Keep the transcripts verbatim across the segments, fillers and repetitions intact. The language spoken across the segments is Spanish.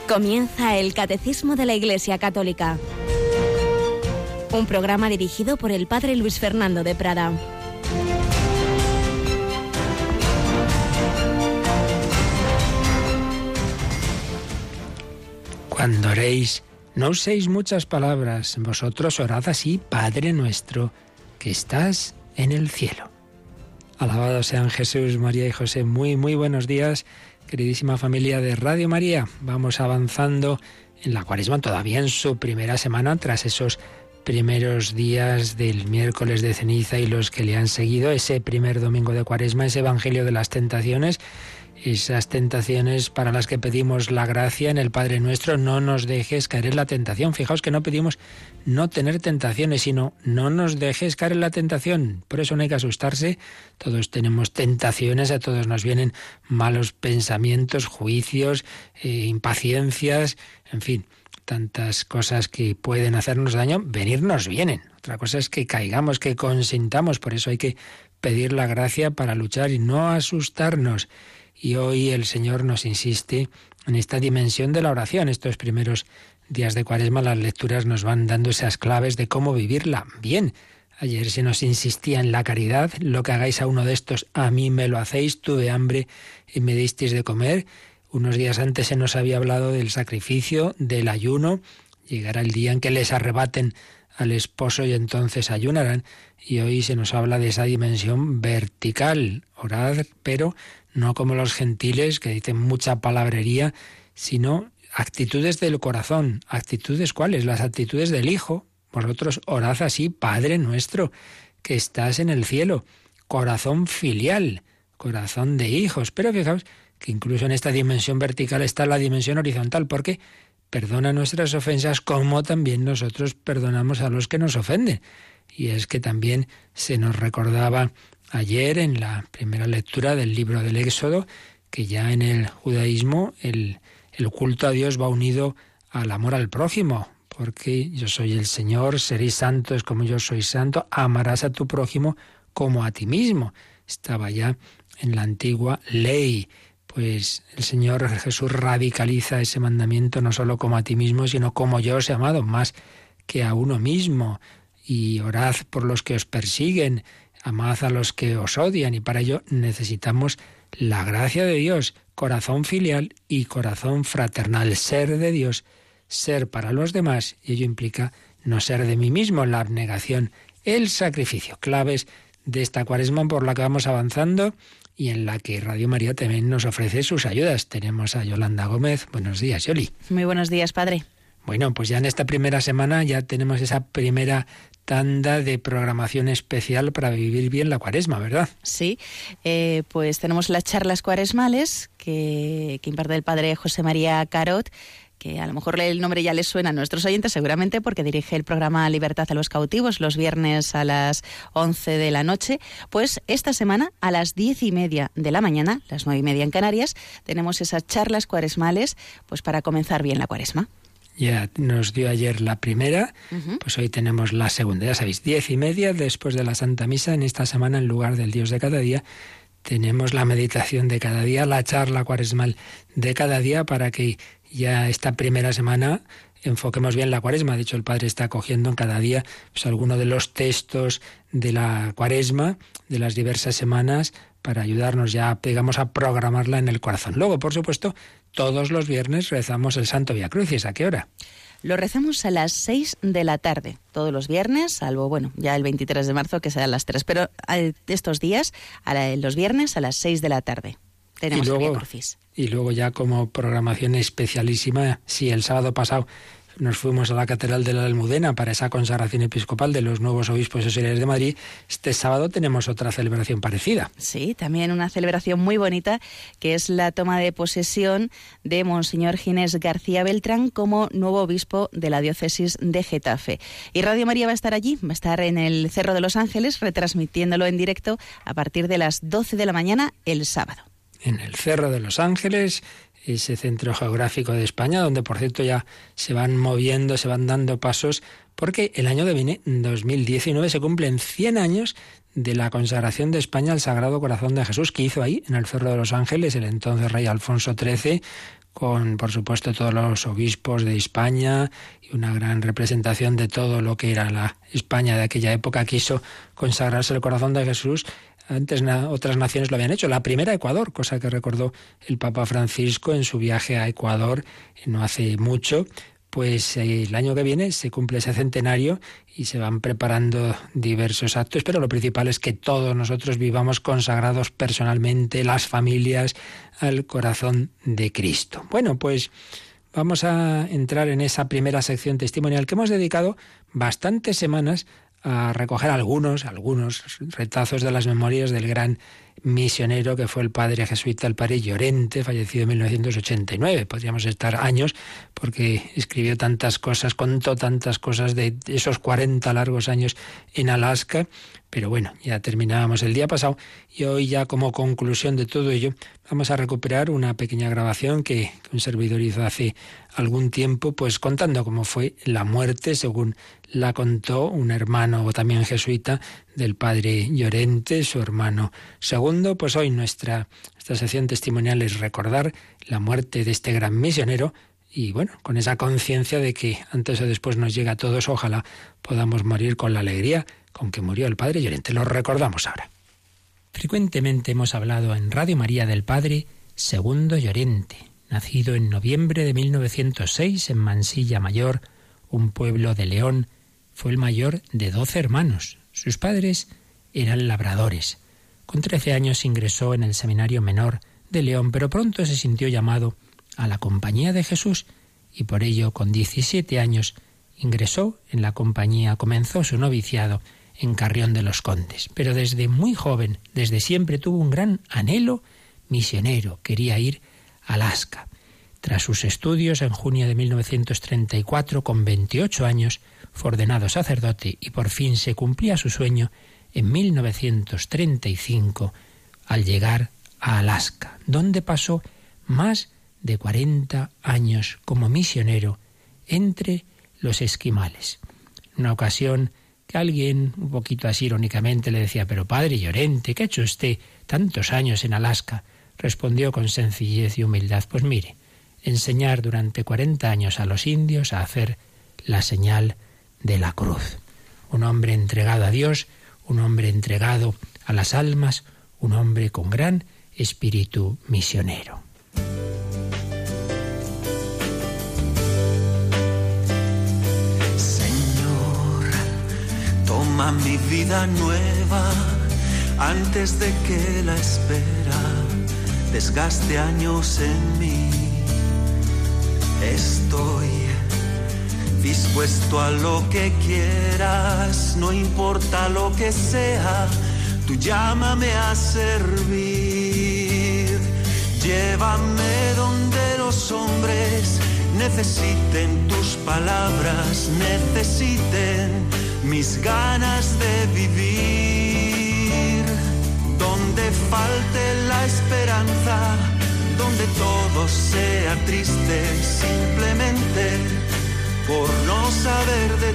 Comienza el Catecismo de la Iglesia Católica, un programa dirigido por el Padre Luis Fernando de Prada. Cuando oréis, no uséis muchas palabras, vosotros orad así: Padre nuestro, que estás en el cielo. Alabados sean Jesús, María y José. Muy, muy buenos días, queridísima familia de Radio María. Vamos avanzando en la Cuaresma, todavía en su primera semana, tras esos primeros días del miércoles de ceniza y los que le han seguido, ese primer domingo de Cuaresma, ese Evangelio de las tentaciones, esas tentaciones para las que pedimos la gracia en el Padre Nuestro: no nos dejes caer en la tentación. Fijaos que no pedimos no tener tentaciones, sino no nos dejes caer en la tentación. Por eso no hay que asustarse. Todos tenemos tentaciones, a todos nos vienen malos pensamientos, juicios, eh, impaciencias, en fin, tantas cosas que pueden hacernos daño. Venirnos vienen. Otra cosa es que caigamos, que consintamos. Por eso hay que pedir la gracia para luchar y no asustarnos. Y hoy el Señor nos insiste en esta dimensión de la oración. Estos primeros días de Cuaresma las lecturas nos van dando esas claves de cómo vivirla bien. Ayer se nos insistía en la caridad: lo que hagáis a uno de estos, a mí me lo hacéis. Tuve hambre y me disteis de comer. Unos días antes se nos había hablado del sacrificio, del ayuno. Llegará el día en que les arrebaten al esposo y entonces ayunarán. Y hoy se nos habla de esa dimensión vertical: orad, pero no como los gentiles, que dicen mucha palabrería, sino actitudes del corazón. ¿Actitudes cuáles? Las actitudes del Hijo. Vosotros orad así: Padre nuestro, que estás en el cielo. Corazón filial, corazón de hijos. Pero fijaos que incluso en esta dimensión vertical está la dimensión horizontal, porque perdona nuestras ofensas como también nosotros perdonamos a los que nos ofenden. Y es que también se nos recordaba ayer en la primera lectura del libro del Éxodo que ya en el judaísmo el, el culto a Dios va unido al amor al prójimo, porque yo soy el Señor, seréis santos como yo soy santo, amarás a tu prójimo como a ti mismo. Estaba ya en la antigua ley. Pues el Señor Jesús radicaliza ese mandamiento: no solo como a ti mismo, sino como yo os he amado, más que a uno mismo. Y orad por los que os persiguen, amad a los que os odian, y para ello necesitamos la gracia de Dios, corazón filial y corazón fraternal, ser de Dios, ser para los demás, y ello implica no ser de mí mismo, la abnegación, el sacrificio. Claves de esta Cuaresma por la que vamos avanzando y en la que Radio María también nos ofrece sus ayudas. Tenemos a Yolanda Gómez. Buenos días, Yoli. Muy buenos días, padre. Bueno, pues ya en esta primera semana ya tenemos esa primera tanda de programación especial para vivir bien la Cuaresma, ¿verdad? Sí, eh, pues tenemos las charlas cuaresmales que, que imparte el padre José María Carot, que a lo mejor el nombre ya les suena a nuestros oyentes seguramente porque dirige el programa Libertad a los Cautivos los viernes a las once de la noche. Pues esta semana a las diez y media de la mañana, las nueve y media en Canarias, tenemos esas charlas cuaresmales pues para comenzar bien la Cuaresma. Ya nos dio ayer la primera, uh-huh. Pues hoy tenemos la segunda. Ya sabéis, diez y media después de la Santa Misa. En esta semana, en lugar del Dios de cada día, tenemos la meditación de cada día, la charla cuaresmal de cada día, para que ya esta primera semana enfoquemos bien la Cuaresma. De hecho, el Padre está cogiendo en cada día pues, alguno de los textos de la Cuaresma, de las diversas semanas, para ayudarnos ya, digamos, a programarla en el corazón. Luego, por supuesto, todos los viernes rezamos el Santo Vía Crucis. ¿A qué hora? Lo rezamos a las seis de la tarde, todos los viernes, salvo, bueno, ya el veintitrés de marzo, que será a las tres, pero estos días, a la, los viernes, a las seis de la tarde. Tenemos y luego, el Vía Crucis. Y luego ya como programación especialísima, sí, el sábado pasado nos fuimos a la Catedral de la Almudena para esa consagración episcopal de los nuevos obispos auxiliares de Madrid. Este sábado tenemos otra celebración parecida. Sí, también una celebración muy bonita, que es la toma de posesión de Monseñor Ginés García Beltrán como nuevo obispo de la diócesis de Getafe. Y Radio María va a estar allí, va a estar en el Cerro de los Ángeles, retransmitiéndolo en directo a partir de las doce de la mañana el sábado. En el Cerro de los Ángeles, ese centro geográfico de España, donde por cierto ya se van moviendo, se van dando pasos, porque el año que viene, dos mil diecinueve, se cumplen cien años de la consagración de España al Sagrado Corazón de Jesús, que hizo ahí, en el Cerro de los Ángeles, el entonces rey Alfonso trece, con, por supuesto, todos los obispos de España y una gran representación de todo lo que era la España de aquella época. Quiso consagrarse el Corazón de Jesús. Antes na, otras naciones lo habían hecho. La primera, Ecuador, cosa que recordó el Papa Francisco en su viaje a Ecuador no hace mucho. Pues eh, el año que viene se cumple ese centenario y se van preparando diversos actos, pero lo principal es que todos nosotros vivamos consagrados personalmente, las familias, al corazón de Cristo. Bueno, pues vamos a entrar en esa primera sección testimonial que hemos dedicado bastantes semanas a recoger algunos, algunos retazos de las memorias del gran misionero que fue el padre jesuita, el padre Llorente, fallecido en mil novecientos ochenta y nueve. Podríamos estar años porque escribió tantas cosas, contó tantas cosas de esos cuarenta largos años en Alaska. Pero bueno, ya terminábamos el día pasado y hoy ya como conclusión de todo ello vamos a recuperar una pequeña grabación que un servidor hizo hace algún tiempo, pues contando cómo fue la muerte, según la contó un hermano también jesuita del padre Llorente, su hermano segundo. Pues hoy nuestra esta sección testimonial es recordar la muerte de este gran misionero y bueno, con esa conciencia de que antes o después nos llega a todos, ojalá podamos morir con la alegría con que murió el padre Llorente. Lo recordamos ahora. Frecuentemente hemos hablado en Radio María del padre Segundo Llorente, nacido en noviembre de mil novecientos seis en Mansilla Mayor, un pueblo de León. Fue el mayor de doce hermanos. Sus padres eran labradores. Con trece años ingresó en el Seminario Menor de León, pero pronto se sintió llamado a la Compañía de Jesús y por ello, con diecisiete años, ingresó en la compañía, comenzó su noviciado en Carrión de los Condes. Pero desde muy joven, desde siempre tuvo un gran anhelo misionero, quería ir a Alaska. Tras sus estudios, en junio de mil novecientos treinta y cuatro, con veintiocho años, fue ordenado sacerdote y por fin se cumplía su sueño en mil novecientos treinta y cinco al llegar a Alaska, donde pasó más de cuarenta años como misionero entre los esquimales. En una ocasión que alguien, un poquito así irónicamente, le decía: «Pero padre Llorente, ¿qué ha hecho usted tantos años en Alaska?», respondió con sencillez y humildad: «Pues mire, enseñar durante cuarenta años a los indios a hacer la señal de la cruz». Un hombre entregado a Dios, un hombre entregado a las almas, un hombre con gran espíritu misionero. Señor, toma mi vida nueva antes de que la espera desgaste años en mí. Estoy dispuesto a lo que quieras, no importa lo que sea, tú llámame a servir. Llévame donde los hombres necesiten tus palabras, necesiten mis ganas de vivir. Donde falte la esperanza, donde todo sea triste, simplemente por no saber de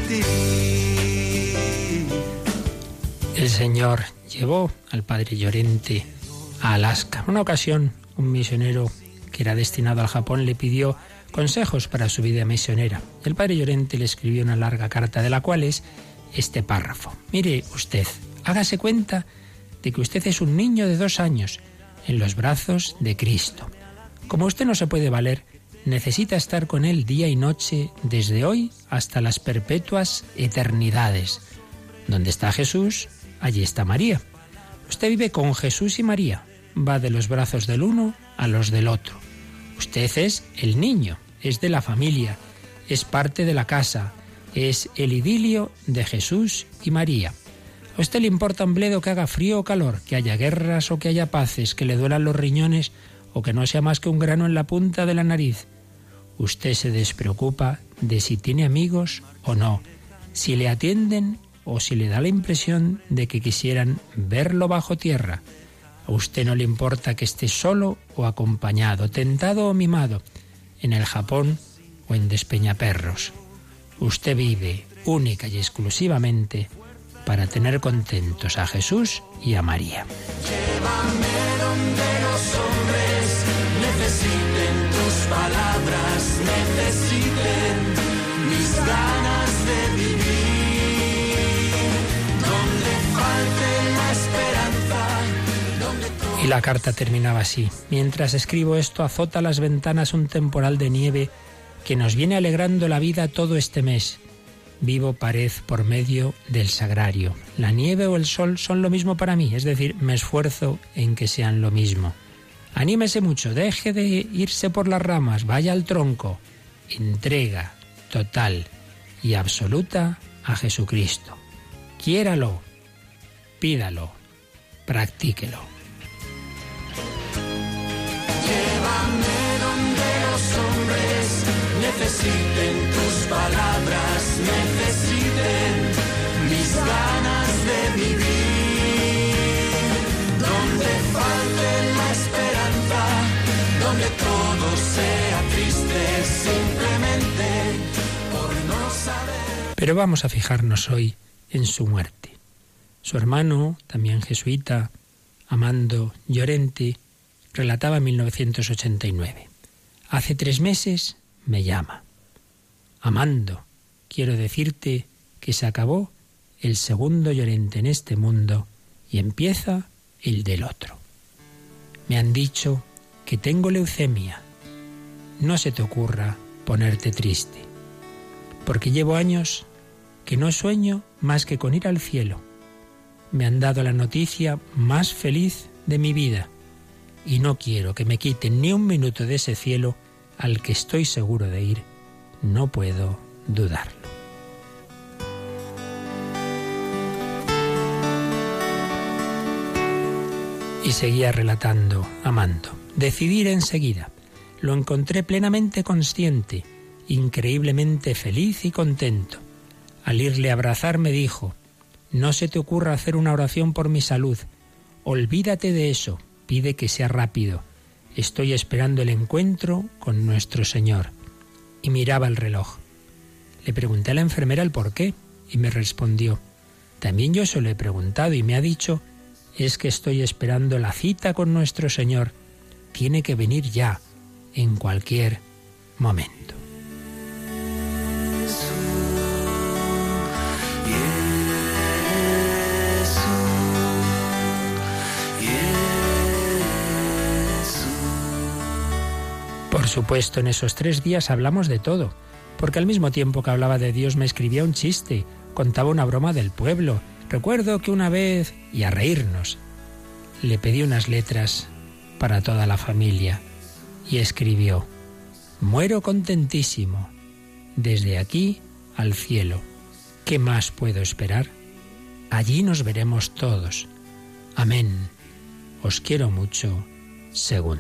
ti. El Señor llevó al padre Llorente a Alaska. Una ocasión, un misionero que era destinado al Japón le pidió consejos para su vida misionera. El padre Llorente le escribió una larga carta, de la cual es este párrafo: «Mire usted, hágase cuenta de que usted es un niño de dos años en los brazos de Cristo. Como usted no se puede valer, necesita estar con Él día y noche desde hoy hasta las perpetuas eternidades. Donde está Jesús, allí está María. Usted vive con Jesús y María, va de los brazos del uno a los del otro. Usted es el niño, es de la familia, es parte de la casa, es el idilio de Jesús y María. A usted le importa un bledo que haga frío o calor, que haya guerras o que haya paces, que le duelan los riñones o que no sea más que un grano en la punta de la nariz. Usted se despreocupa de si tiene amigos o no, si le atienden o si le da la impresión de que quisieran verlo bajo tierra. A usted no le importa que esté solo o acompañado, tentado o mimado, en el Japón o en Despeñaperros. Usted vive única y exclusivamente para tener contentos a Jesús y a María. Llévame donde los hombres necesiten tus palabras, necesiten mis ganas de vivir, donde falte la esperanza, donde todo... Y la carta terminaba así: mientras escribo esto, azota las ventanas un temporal de nieve que nos viene alegrando la vida todo este mes. Vivo pared por medio del sagrario. La nieve o el sol son lo mismo para mí, es decir, me esfuerzo en que sean lo mismo. Anímese mucho, deje de irse por las ramas, vaya al tronco. Entrega total y absoluta a Jesucristo. Quiéralo, pídalo, practíquelo. Llévame donde los hombres necesiten tus palabras, necesiten mis ganas de vivir, donde falte la esperanza, donde todo sea triste simplemente por no saber. Pero vamos a fijarnos hoy en su muerte. Su hermano, también jesuita, Amando Llorente, relataba en mil novecientos ochenta y nueve. Hace tres meses me llama. Amando, quiero decirte que se acabó el segundo Llorente en este mundo y empieza el del otro. Me han dicho que tengo leucemia. No se te ocurra ponerte triste, porque llevo años que no sueño más que con ir al cielo. Me han dado la noticia más feliz de mi vida y no quiero que me quiten ni un minuto de ese cielo al que estoy seguro de ir. No puedo dudarlo. Y seguía relatando Amando. Decidí ir enseguida. Lo encontré plenamente consciente, increíblemente feliz y contento. Al irle a abrazar me dijo: no se te ocurra hacer una oración por mi salud. Olvídate de eso, pide que sea rápido. Estoy esperando el encuentro con nuestro Señor. Y miraba el reloj. Le pregunté a la enfermera el por qué y me respondió: también yo se lo he preguntado y me ha dicho: es que estoy esperando la cita con nuestro Señor. Tiene que venir ya, en cualquier momento. Por supuesto, en esos tres días hablamos de todo, porque al mismo tiempo que hablaba de Dios me escribía un chiste, contaba una broma del pueblo. Recuerdo que una vez, y a reírnos, le pedí unas letras para toda la familia y escribió: muero contentísimo, desde aquí al cielo. ¿Qué más puedo esperar? Allí nos veremos todos. Amén. Os quiero mucho. Segundo.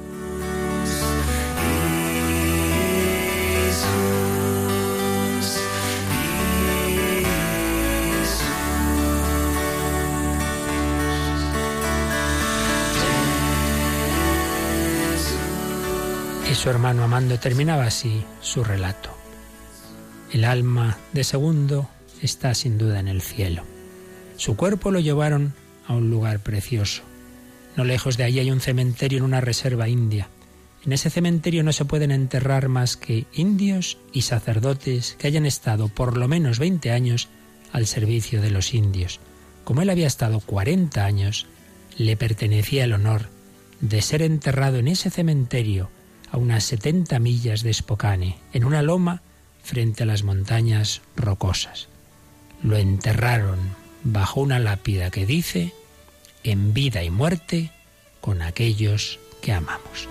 Y su hermano Amando terminaba así su relato. El alma de Segundo está sin duda en el cielo. Su cuerpo lo llevaron a un lugar precioso. No lejos de allí hay un cementerio en una reserva india. En ese cementerio no se pueden enterrar más que indios y sacerdotes que hayan estado por lo menos veinte años al servicio de los indios. Como él había estado cuarenta años, le pertenecía el honor de ser enterrado en ese cementerio a unas setenta millas de Spokane, en una loma frente a las montañas rocosas. Lo enterraron bajo una lápida que dice: en vida y muerte con aquellos que amamos.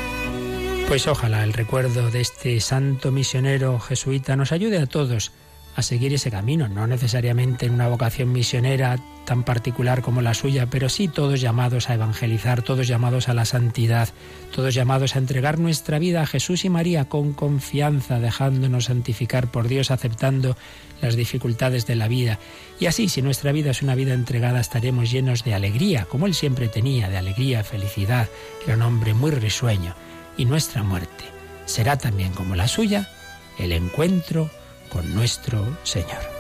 Pues ojalá el recuerdo de este santo misionero jesuita nos ayude a todos a seguir ese camino, no necesariamente en una vocación misionera tan particular como la suya, pero sí todos llamados a evangelizar, todos llamados a la santidad, todos llamados a entregar nuestra vida a Jesús y María con confianza, dejándonos santificar por Dios, aceptando las dificultades de la vida. Y así, si nuestra vida es una vida entregada, estaremos llenos de alegría, como Él siempre tenía, de alegría, felicidad. Era un hombre muy risueño. Y nuestra muerte será también como la suya, el encuentro con nuestro Señor.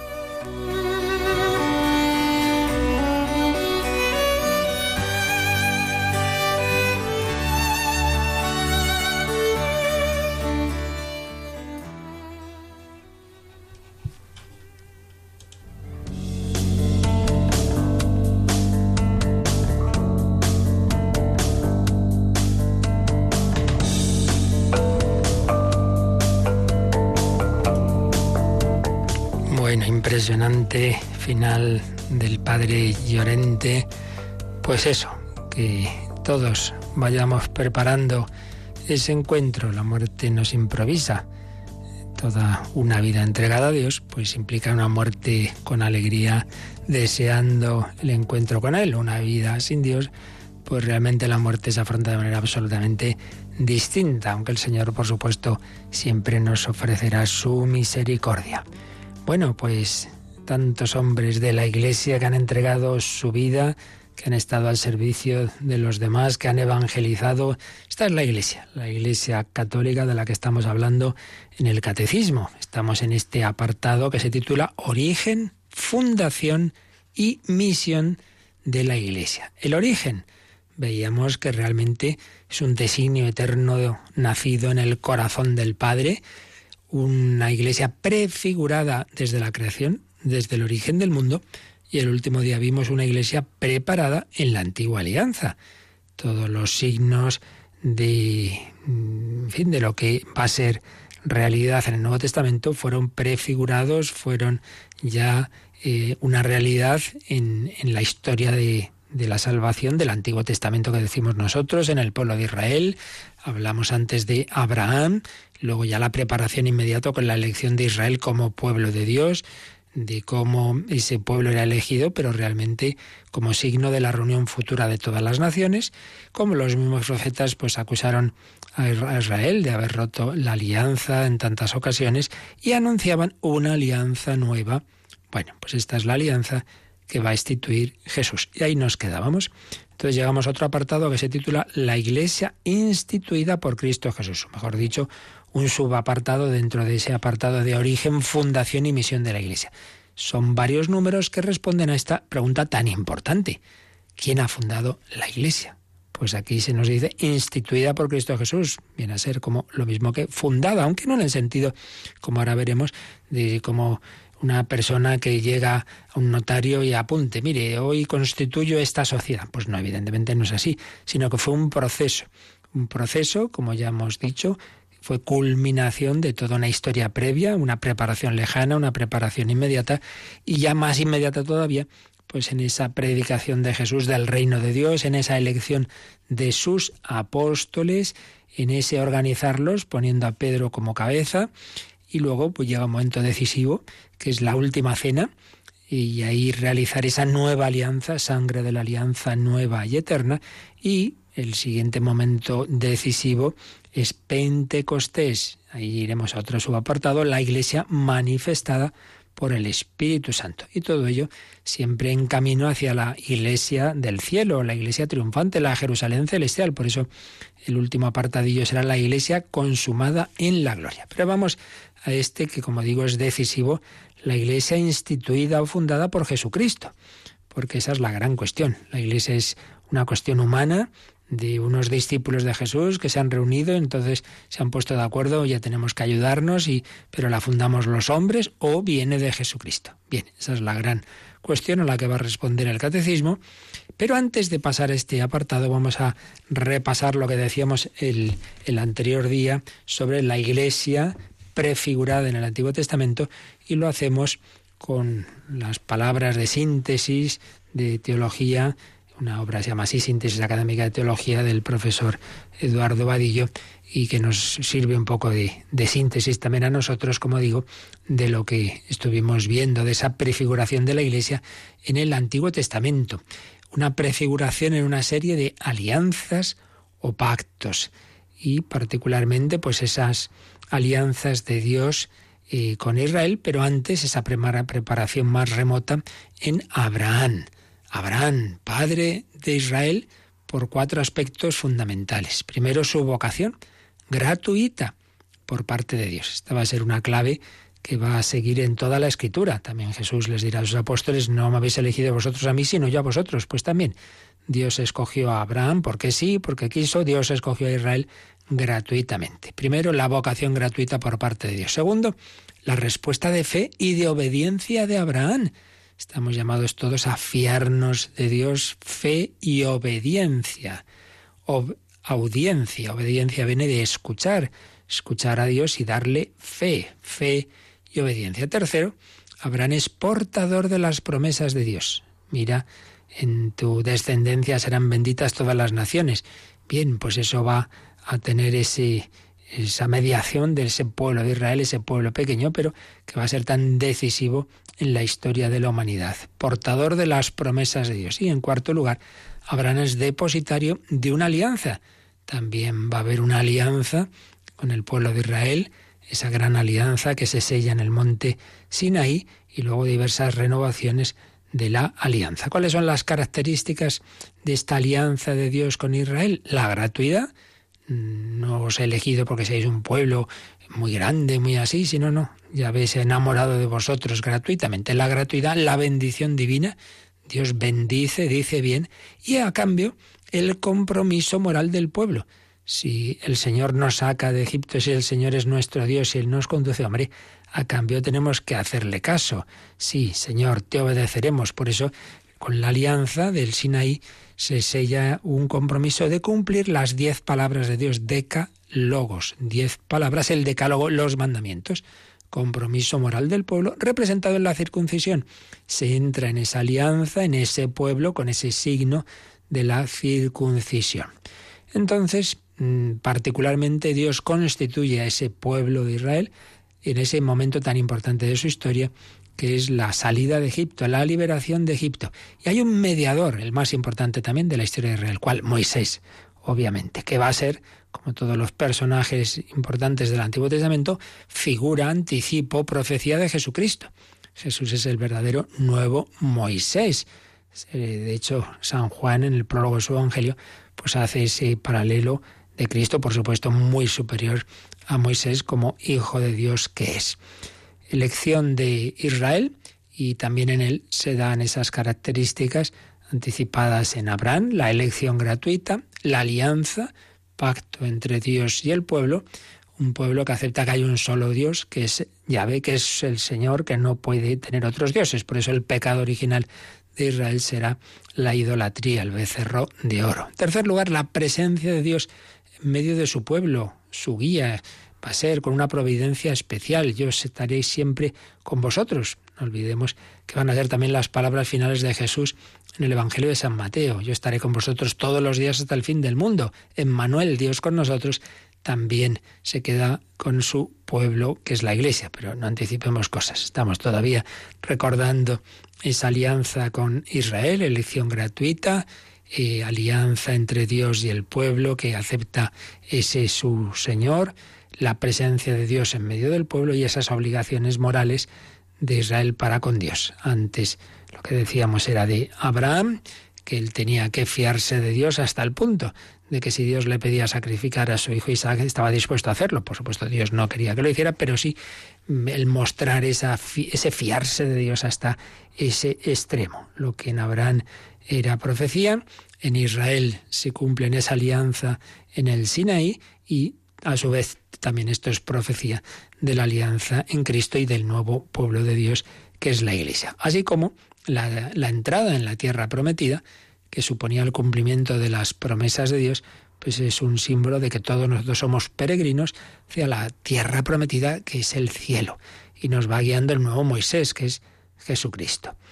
Impresionante final del Padre Llorente. Pues eso, que todos vayamos preparando ese encuentro. La muerte nos improvisa. Toda una vida entregada a Dios pues implica una muerte con alegría, deseando el encuentro con Él. Una vida sin Dios, pues realmente la muerte se afronta de manera absolutamente distinta, aunque el Señor, por supuesto, siempre nos ofrecerá su misericordia. Bueno, pues tantos hombres de la Iglesia que han entregado su vida, que han estado al servicio de los demás, que han evangelizado. Esta es la Iglesia, la Iglesia católica de la que estamos hablando en el Catecismo. Estamos en este apartado que se titula Origen, Fundación y Misión de la Iglesia. El origen, veíamos que realmente es un designio eterno nacido en el corazón del Padre, una Iglesia prefigurada desde la creación, desde el origen del mundo, y el último día vimos una Iglesia preparada en la Antigua Alianza. Todos los signos de, en fin, de lo que va a ser realidad en el Nuevo Testamento fueron prefigurados, fueron ya eh, una realidad en, en la historia de, de la salvación del Antiguo Testamento que decimos nosotros, en el pueblo de Israel. Hablamos antes de Abraham, luego ya la preparación inmediata con la elección de Israel como pueblo de Dios, de cómo ese pueblo era elegido, pero realmente como signo de la reunión futura de todas las naciones, como los mismos profetas pues acusaron a Israel de haber roto la alianza en tantas ocasiones y anunciaban una alianza nueva. Bueno, pues esta es la alianza que va a instituir Jesús. Y ahí nos quedábamos. Entonces llegamos a otro apartado que se titula La Iglesia instituida por Cristo Jesús. O mejor dicho, un subapartado dentro de ese apartado de origen, fundación y misión de la Iglesia. Son varios números que responden a esta pregunta tan importante. ¿Quién ha fundado la Iglesia? Pues aquí se nos dice instituida por Cristo Jesús. Viene a ser como lo mismo que fundada, aunque no en el sentido, como ahora veremos, de como una persona que llega a un notario y apunte, mire, hoy constituyo esta sociedad. Pues no, evidentemente no es así, sino que fue un proceso. Un proceso, como ya hemos dicho, fue culminación de toda una historia previa, una preparación lejana, una preparación inmediata, y ya más inmediata todavía, pues en esa predicación de Jesús del reino de Dios, en esa elección de sus apóstoles, en ese organizarlos, poniendo a Pedro como cabeza, y luego pues llega un momento decisivo, que es la última cena, y ahí realizar esa nueva alianza, sangre de la alianza nueva y eterna, y el siguiente momento decisivo es Pentecostés. Ahí iremos a otro subapartado, la Iglesia manifestada por el Espíritu Santo. Y todo ello siempre en camino hacia la Iglesia del cielo, la Iglesia triunfante, la Jerusalén celestial. Por eso el último apartadillo será la Iglesia consumada en la gloria. Pero vamos a este que, como digo, es decisivo, la Iglesia instituida o fundada por Jesucristo, porque esa es la gran cuestión. La Iglesia es una cuestión humana, de unos discípulos de Jesús que se han reunido, entonces se han puesto de acuerdo, ya tenemos que ayudarnos, y pero la fundamos los hombres, o viene de Jesucristo. Bien, esa es la gran cuestión a la que va a responder el Catecismo. Pero antes de pasar a este apartado vamos a repasar lo que decíamos el, el anterior día sobre la Iglesia prefigurada en el Antiguo Testamento, y lo hacemos con las palabras de síntesis, de teología, una obra se llama así, Síntesis Académica de Teología, del profesor Eduardo Vadillo, y que nos sirve un poco de, de síntesis también a nosotros, como digo, de lo que estuvimos viendo, de esa prefiguración de la Iglesia en el Antiguo Testamento. Una prefiguración en una serie de alianzas o pactos, y particularmente pues esas alianzas de Dios eh, con Israel, pero antes esa preparación más remota en Abraham. Abraham, padre de Israel, por cuatro aspectos fundamentales. Primero, su vocación gratuita por parte de Dios. Esta va a ser una clave que va a seguir en toda la Escritura. También Jesús les dirá a sus apóstoles: no me habéis elegido vosotros a mí, sino yo a vosotros. Pues también Dios escogió a Abraham porque sí, porque quiso. Dios escogió a Israel gratuitamente. Primero, la vocación gratuita por parte de Dios. Segundo, la respuesta de fe y de obediencia de Abraham. Estamos llamados todos a fiarnos de Dios, fe y obediencia. Ob- audiencia, obediencia viene de escuchar, escuchar a Dios y darle fe, fe y obediencia. Tercero, Abraham es portador de las promesas de Dios. Mira, en tu descendencia serán benditas todas las naciones. Bien, pues eso va a tener ese, esa mediación de ese pueblo de Israel, ese pueblo pequeño, pero que va a ser tan decisivo en la historia de la humanidad. Portador de las promesas de Dios. Y en cuarto lugar, Abraham es depositario de una alianza. También va a haber una alianza con el pueblo de Israel, esa gran alianza que se sella en el monte Sinaí, y luego diversas renovaciones de la alianza. ¿Cuáles son las características de esta alianza de Dios con Israel? La gratuidad. No os he elegido porque seáis un pueblo muy grande, muy así, sino no, ya habéis enamorado de vosotros gratuitamente. La gratuidad, la bendición divina. Dios bendice, dice bien, y a cambio el compromiso moral del pueblo. Si el Señor nos saca de Egipto, si el Señor es nuestro Dios, si Él nos conduce, hombre, a cambio tenemos que hacerle caso. Sí, Señor, te obedeceremos. Por eso, con la alianza del Sinaí se sella un compromiso de cumplir las diez palabras de Dios, decalogos, diez palabras, el decálogo, los mandamientos. Compromiso moral del pueblo representado en la circuncisión. Se entra en esa alianza, en ese pueblo, con ese signo de la circuncisión. Entonces, particularmente Dios constituye a ese pueblo de Israel en ese momento tan importante de su historia, que es la salida de Egipto, la liberación de Egipto. Y hay un mediador, el más importante también de la historia de Israel, ¿cuál? Moisés, obviamente, que va a ser, como todos los personajes importantes del Antiguo Testamento, figura, anticipo, profecía de Jesucristo. Jesús es el verdadero nuevo Moisés. De hecho, San Juan, en el prólogo de su Evangelio, pues hace ese paralelo de Cristo, por supuesto, muy superior a Moisés como hijo de Dios que es. Elección de Israel, y también en él se dan esas características anticipadas en Abraham, la elección gratuita, la alianza, pacto entre Dios y el pueblo, un pueblo que acepta que hay un solo Dios, que es Yahvé, que es el Señor, que no puede tener otros dioses. Por eso el pecado original de Israel será la idolatría, el becerro de oro. En tercer lugar, la presencia de Dios en medio de su pueblo, su guía, va a ser con una providencia especial. Yo estaré siempre con vosotros. No olvidemos que van a ser también las palabras finales de Jesús en el Evangelio de San Mateo. Yo estaré con vosotros todos los días hasta el fin del mundo. Emmanuel, Dios con nosotros, también se queda con su pueblo, que es la Iglesia. Pero no anticipemos cosas. Estamos todavía recordando esa alianza con Israel, elección gratuita, eh, alianza entre Dios y el pueblo que acepta ese su Señor, la presencia de Dios en medio del pueblo y esas obligaciones morales de Israel para con Dios. Antes lo que decíamos era de Abraham, que él tenía que fiarse de Dios hasta el punto de que si Dios le pedía sacrificar a su hijo Isaac, estaba dispuesto a hacerlo. Por supuesto, Dios no quería que lo hiciera, pero sí el mostrar esa, ese fiarse de Dios hasta ese extremo. Lo que en Abraham era profecía, en Israel se cumple en esa alianza en el Sinaí, y a su vez también esto es profecía de la alianza en Cristo y del nuevo pueblo de Dios, que es la Iglesia. Así como la, la entrada en la tierra prometida, que suponía el cumplimiento de las promesas de Dios, pues es un símbolo de que todos nosotros somos peregrinos hacia la tierra prometida, que es el cielo, y nos va guiando el nuevo Moisés, que es Jesucristo.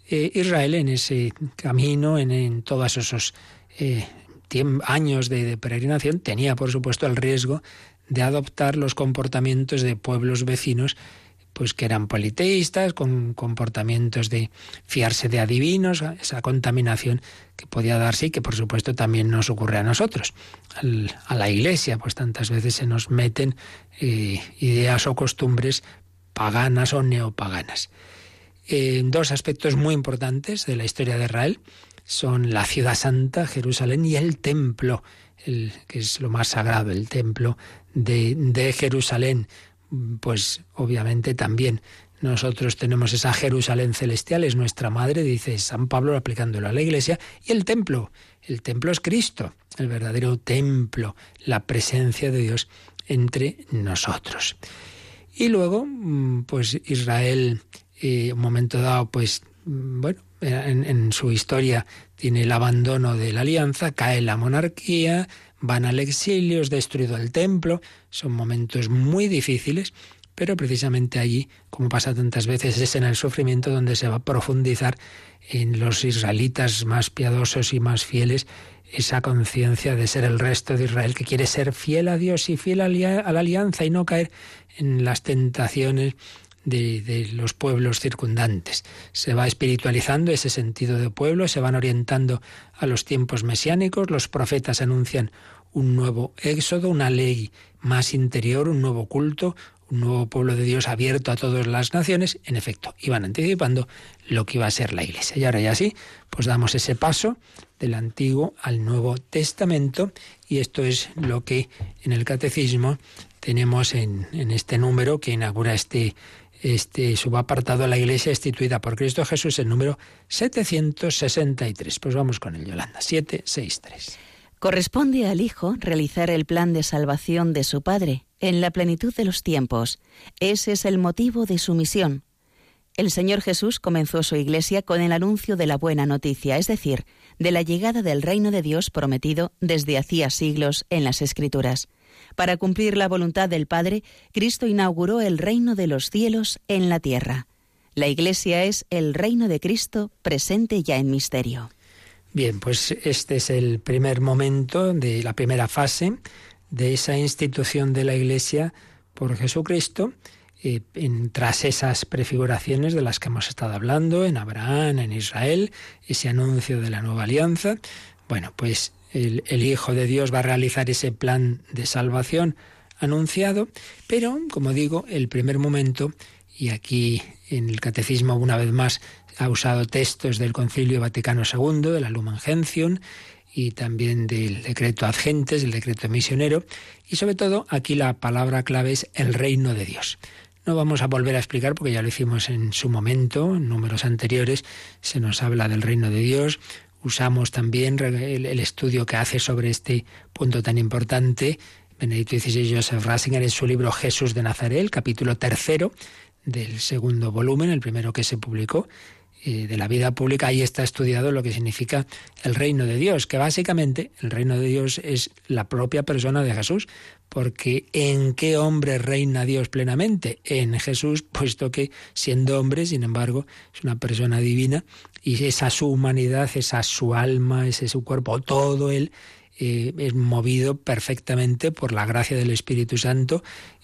eh, Israel en ese camino, en, en todos esos eh, años de, de peregrinación, tenía por supuesto el riesgo de adoptar los comportamientos de pueblos vecinos, pues que eran politeístas, con comportamientos de fiarse de adivinos, esa contaminación que podía darse y que por supuesto también nos ocurre a nosotros. Al, a la Iglesia, pues tantas veces se nos meten eh, ideas o costumbres paganas o neopaganas. Eh, dos aspectos muy importantes de la historia de Israel son la ciudad santa, Jerusalén, y el templo, el, que es lo más sagrado, el templo de, de Jerusalén. Pues obviamente también nosotros tenemos esa Jerusalén celestial, es nuestra madre, dice San Pablo aplicándolo a la Iglesia, y el templo, el templo es Cristo, el verdadero templo, la presencia de Dios entre nosotros. Y luego, pues Israel, eh, un momento dado, pues bueno, en, en su historia tiene el abandono de la alianza, cae la monarquía, van al exilio, es destruido el templo. Son momentos muy difíciles, pero precisamente allí, como pasa tantas veces, es en el sufrimiento donde se va a profundizar en los israelitas más piadosos y más fieles esa conciencia de ser el resto de Israel que quiere ser fiel a Dios y fiel a la alianza y no caer en las tentaciones de, de los pueblos circundantes. Se va espiritualizando ese sentido de pueblo, se van orientando a los tiempos mesiánicos, los profetas anuncian un nuevo éxodo, una ley más interior, un nuevo culto, un nuevo pueblo de Dios abierto a todas las naciones. En efecto, iban anticipando lo que iba a ser la Iglesia. Y ahora ya sí, pues damos ese paso del Antiguo al Nuevo Testamento, y esto es lo que en el Catecismo tenemos en, en este número que inaugura este, este subapartado, la Iglesia instituida por Cristo Jesús, el número setecientos sesenta y tres. Pues vamos con él, Yolanda, setecientos sesenta y tres. Corresponde al Hijo realizar el plan de salvación de su Padre en la plenitud de los tiempos. Ese es el motivo de su misión. El Señor Jesús comenzó su Iglesia con el anuncio de la buena noticia, es decir, de la llegada del reino de Dios prometido desde hacía siglos en las Escrituras. Para cumplir la voluntad del Padre, Cristo inauguró el reino de los cielos en la tierra. La Iglesia es el reino de Cristo presente ya en misterio. Bien, pues este es el primer momento de la primera fase de esa institución de la Iglesia por Jesucristo, eh, en, tras esas prefiguraciones de las que hemos estado hablando, en Abraham, en Israel, ese anuncio de la nueva alianza. Bueno, pues el, el Hijo de Dios va a realizar ese plan de salvación anunciado, pero, como digo, el primer momento, y aquí en el Catecismo una vez más ha usado textos del Concilio Vaticano segundo, de la Lumen Gentium, y también del decreto Ad Gentes, del decreto misionero, y sobre todo aquí la palabra clave es el reino de Dios. No vamos a volver a explicar porque ya lo hicimos en su momento, en números anteriores, se nos habla del reino de Dios. Usamos también el, el estudio que hace sobre este punto tan importante Benedicto dieciséis Joseph Ratzinger en su libro Jesús de Nazaret, el capítulo tercero del segundo volumen, el primero que se publicó, de la vida pública. Ahí está estudiado lo que significa el reino de Dios, que básicamente el reino de Dios es la propia persona de Jesús, porque ¿en qué hombre reina Dios plenamente? En Jesús, puesto que siendo hombre, sin embargo, es una persona divina, y esa su humanidad, esa su alma, ese su cuerpo, todo él eh, es movido perfectamente por la gracia del Espíritu Santo,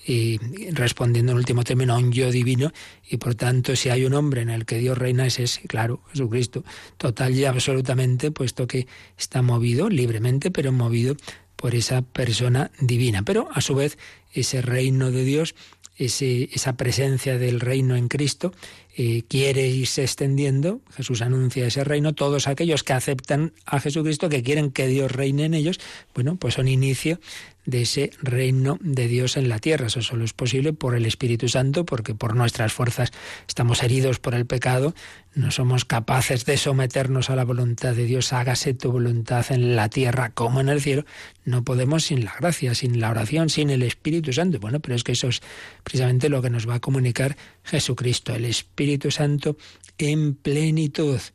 y respondiendo en último término a un yo divino, y por tanto si hay un hombre en el que Dios reina, ese es, claro, Jesucristo, total y absolutamente, puesto que está movido libremente, pero movido por esa persona divina. Pero a su vez ese reino de Dios, ese, esa presencia del reino en Cristo, eh, quiere irse extendiendo. Jesús anuncia ese reino. Todos aquellos que aceptan a Jesucristo, que quieren que Dios reine en ellos, bueno, pues son inicio de ese reino de Dios en la tierra. Eso solo es posible por el Espíritu Santo, porque por nuestras fuerzas estamos heridos por el pecado, no somos capaces de someternos a la voluntad de Dios. Hágase tu voluntad en la tierra como en el cielo. No podemos sin la gracia, sin la oración, sin el Espíritu Santo. Bueno, pero es que eso es precisamente lo que nos va a comunicar Jesucristo, el Espíritu Santo en plenitud.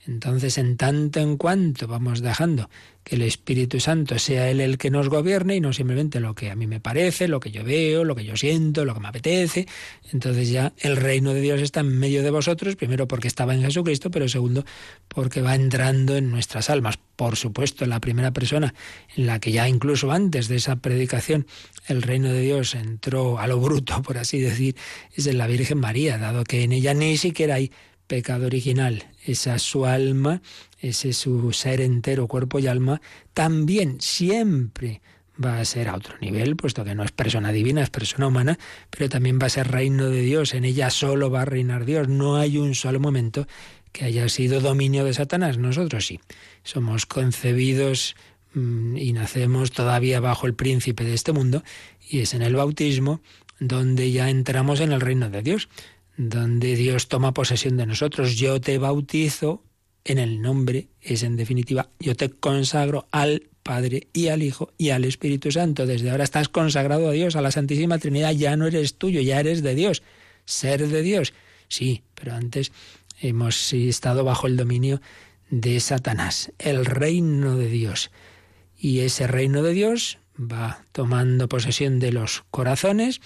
Entonces, en tanto en cuanto vamos dejando que el Espíritu Santo sea Él el que nos gobierne y no simplemente lo que a mí me parece, lo que yo veo, lo que yo siento, lo que me apetece, entonces ya el reino de Dios está en medio de vosotros, primero porque estaba en Jesucristo, pero segundo porque va entrando en nuestras almas. Por supuesto, la primera persona en la que ya incluso antes de esa predicación el reino de Dios entró a lo bruto, por así decir, es en la Virgen María, dado que en ella ni siquiera hay pecado original. Esa su alma, ese su ser entero, cuerpo y alma, también siempre va a ser a otro nivel, puesto que no es persona divina, es persona humana, pero también va a ser reino de Dios. En ella solo va a reinar Dios. No hay un solo momento que haya sido dominio de Satanás. Nosotros sí. Somos concebidos mmm, y nacemos todavía bajo el príncipe de este mundo, y es en el bautismo donde ya entramos en el reino de Dios, donde Dios toma posesión de nosotros. Yo te bautizo en el nombre, es en definitiva, yo te consagro al Padre y al Hijo y al Espíritu Santo. Desde ahora estás consagrado a Dios, a la Santísima Trinidad, ya no eres tuyo, ya eres de Dios, ser de Dios. Sí, pero antes hemos estado bajo el dominio de Satanás, el reino de Dios. Y ese reino de Dios va tomando posesión de los corazones,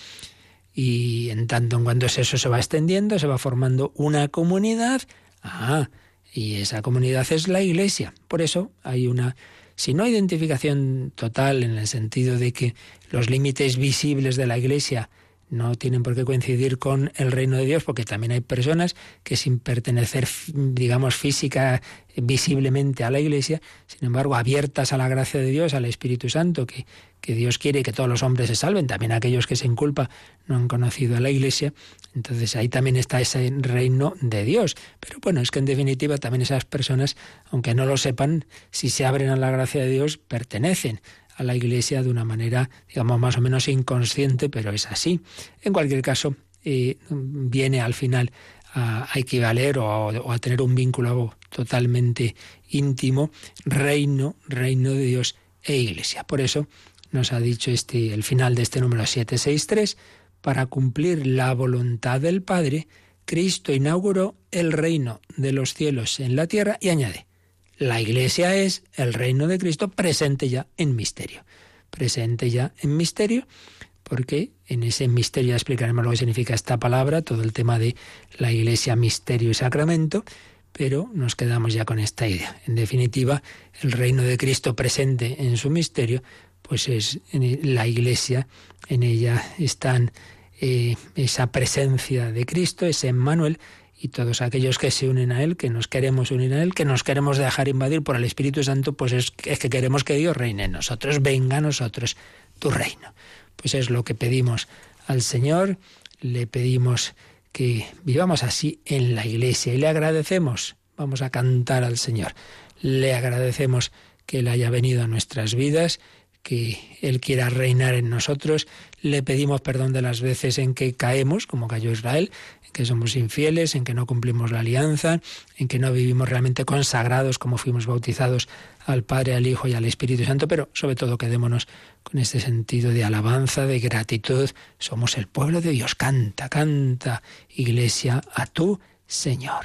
y en tanto en cuanto eso se va extendiendo, se va formando una comunidad. Ah, y esa comunidad es la Iglesia. Por eso hay una, si no identificación total en el sentido de que los límites visibles de la Iglesia no tienen por qué coincidir con el reino de Dios, porque también hay personas que sin pertenecer, digamos, física, visiblemente a la Iglesia, sin embargo, abiertas a la gracia de Dios, al Espíritu Santo, que, que Dios quiere que todos los hombres se salven, también aquellos que sin culpa no han conocido a la Iglesia. Entonces ahí también está ese reino de Dios. Pero bueno, es que en definitiva también esas personas, aunque no lo sepan, si se abren a la gracia de Dios, pertenecen a la Iglesia de una manera, digamos, más o menos inconsciente, pero es así. En cualquier caso, eh, viene al final a, a equivaler o a, o a tener un vínculo totalmente íntimo, reino, reino de Dios e Iglesia. Por eso nos ha dicho este, el final de este número setecientos sesenta y tres, para cumplir la voluntad del Padre, Cristo inauguró el reino de los cielos en la tierra y añade: la Iglesia es el reino de Cristo presente ya en misterio. Presente ya en misterio, porque en ese misterio ya explicaremos lo que significa esta palabra, todo el tema de la Iglesia, misterio y sacramento, pero nos quedamos ya con esta idea. En definitiva, el reino de Cristo presente en su misterio, pues es en la Iglesia, en ella están eh, esa presencia de Cristo, ese Emmanuel, y todos aquellos que se unen a Él, que nos queremos unir a Él, que nos queremos dejar invadir por el Espíritu Santo, pues es, es que queremos que Dios reine en nosotros, venga a nosotros tu reino. Pues es lo que pedimos al Señor, le pedimos que vivamos así en la Iglesia y le agradecemos, vamos a cantar al Señor, le agradecemos que Él haya venido a nuestras vidas, que Él quiera reinar en nosotros, le pedimos perdón de las veces en que caemos, como cayó Israel, en que somos infieles, en que no cumplimos la alianza, en que no vivimos realmente consagrados como fuimos bautizados al Padre, al Hijo y al Espíritu Santo, pero sobre todo quedémonos con este sentido de alabanza, de gratitud. Somos el pueblo de Dios. Canta, canta, Iglesia, a tu Señor.